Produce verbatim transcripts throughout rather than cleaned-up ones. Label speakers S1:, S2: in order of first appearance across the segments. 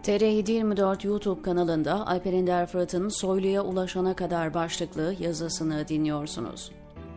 S1: T R yedi yirmi dört YouTube kanalında Alper Ender Fırat'ın Soylu'ya ulaşana kadar başlıklı yazısını dinliyorsunuz.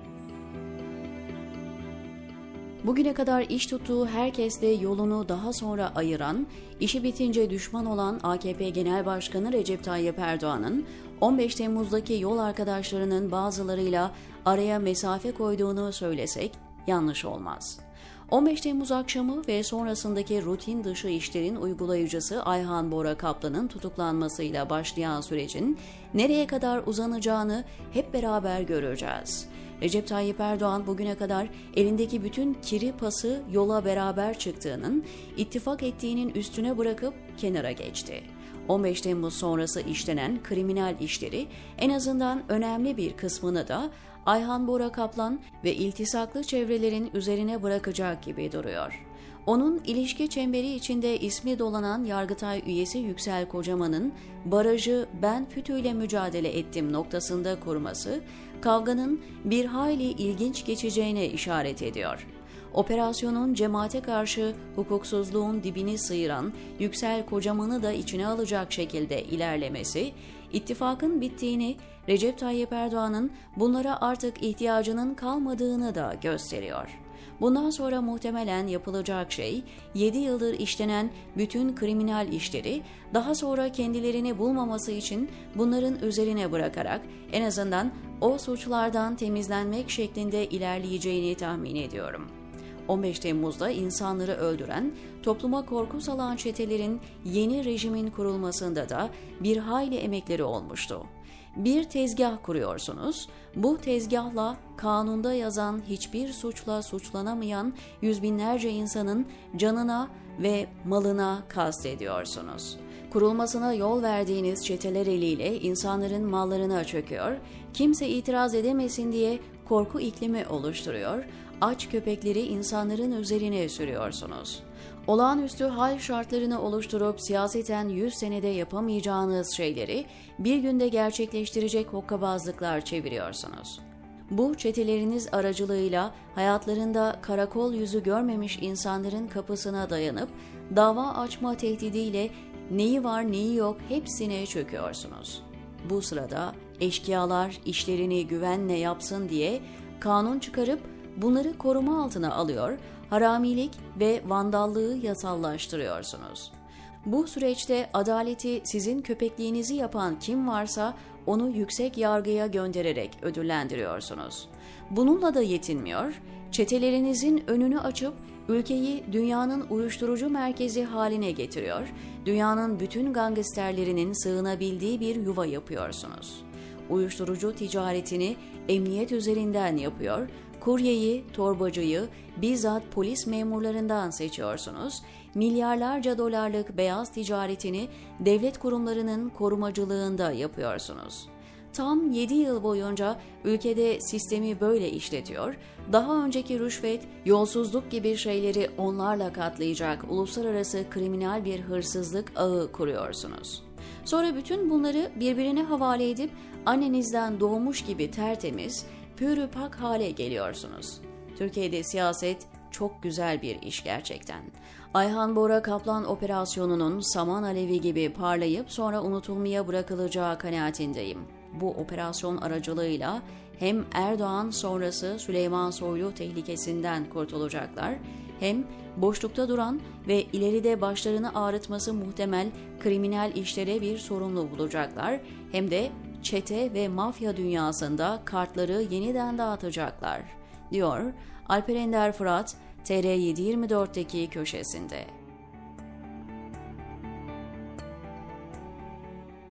S1: Bugüne kadar iş tuttuğu herkesle yolunu daha sonra ayıran, işi bitince düşman olan A K P Genel Başkanı Recep Tayyip Erdoğan'ın on beş Temmuz'daki yol arkadaşlarının bazılarıyla araya mesafe koyduğunu söylesek yanlış olmaz. on beş Temmuz akşamı ve sonrasındaki rutin dışı işlerin uygulayıcısı Ayhan Bora Kaplan'ın tutuklanmasıyla başlayan sürecin nereye kadar uzanacağını hep beraber göreceğiz. Recep Tayyip Erdoğan bugüne kadar elindeki bütün kiri pası yola beraber çıktığının, ittifak ettiğinin üstüne bırakıp kenara geçti. on beş Temmuz sonrası işlenen kriminal işleri en azından önemli bir kısmını da Ayhan Bora Kaplan ve iltisaklı çevrelerin üzerine bırakacak gibi duruyor. Onun ilişki çemberi içinde ismi dolanan Yargıtay üyesi Yüksel Kocaman'ın barajı ben FETÖ'yle mücadele ettim noktasında kurması, kavganın bir hayli ilginç geçeceğine işaret ediyor. Operasyonun cemaate karşı hukuksuzluğun dibini sıyıran Yüksel Kocaman'ı da içine alacak şekilde ilerlemesi, ittifakın bittiğini, Recep Tayyip Erdoğan'ın bunlara artık ihtiyacının kalmadığını da gösteriyor. Bundan sonra muhtemelen yapılacak şey, yedi yıldır işlenen bütün kriminal işleri daha sonra kendilerini bulmaması için bunların üzerine bırakarak en azından o suçlardan temizlenmek şeklinde ilerleyeceğini tahmin ediyorum. on beş Temmuz'da insanları öldüren, topluma korku salan çetelerin yeni rejimin kurulmasında da bir hayli emekleri olmuştu. Bir tezgah kuruyorsunuz, bu tezgahla kanunda yazan hiçbir suçla suçlanamayan yüz binlerce insanın canına ve malına kastediyorsunuz. Kurulmasına yol verdiğiniz çeteler eliyle insanların mallarına çöküyor, kimse itiraz edemesin diye korku iklimi oluşturuyor, aç köpekleri insanların üzerine sürüyorsunuz. Olağanüstü hal şartlarını oluşturup siyaseten yüz senede yapamayacağınız şeyleri bir günde gerçekleştirecek hokkabazlıklar çeviriyorsunuz. Bu çeteleriniz aracılığıyla hayatlarında karakol yüzü görmemiş insanların kapısına dayanıp dava açma tehdidiyle neyi var neyi yok hepsine çöküyorsunuz. Bu sırada eşkıyalar işlerini güvenle yapsın diye kanun çıkarıp bunları koruma altına alıyor, haramilik ve vandallığı yasallaştırıyorsunuz. Bu süreçte adaleti sizin köpekliğinizi yapan kim varsa onu yüksek yargıya göndererek ödüllendiriyorsunuz. Bununla da yetinmiyor, çetelerinizin önünü açıp ülkeyi dünyanın uyuşturucu merkezi haline getiriyor, dünyanın bütün gangsterlerinin sığınabildiği bir yuva yapıyorsunuz. Uyuşturucu ticaretini emniyet üzerinden yapıyor, kuryeyi, torbacıyı bizzat polis memurlarından seçiyorsunuz, milyarlarca dolarlık beyaz ticaretini devlet kurumlarının korumacılığında yapıyorsunuz. Tam yedi yıl boyunca ülkede sistemi böyle işletiyor, daha önceki rüşvet, yolsuzluk gibi şeyleri onlarla katlayacak uluslararası kriminal bir hırsızlık ağı kuruyorsunuz. Sonra bütün bunları birbirine havale edip annenizden doğmuş gibi tertemiz, pürü pak hale geliyorsunuz. Türkiye'de siyaset çok güzel bir iş gerçekten. Ayhan Bora Kaplan operasyonunun saman alevi gibi parlayıp sonra unutulmaya bırakılacağı kanaatindeyim. Bu operasyon aracılığıyla hem Erdoğan sonrası Süleyman Soylu tehlikesinden kurtulacaklar, hem boşlukta duran ve ileride başlarını ağrıtması muhtemel kriminal işlere bir sorumlu bulacaklar, hem de çete ve mafya dünyasında kartları yeniden dağıtacaklar, diyor Alper Ender Fırat, T R yedi yirmi dört'teki köşesinde.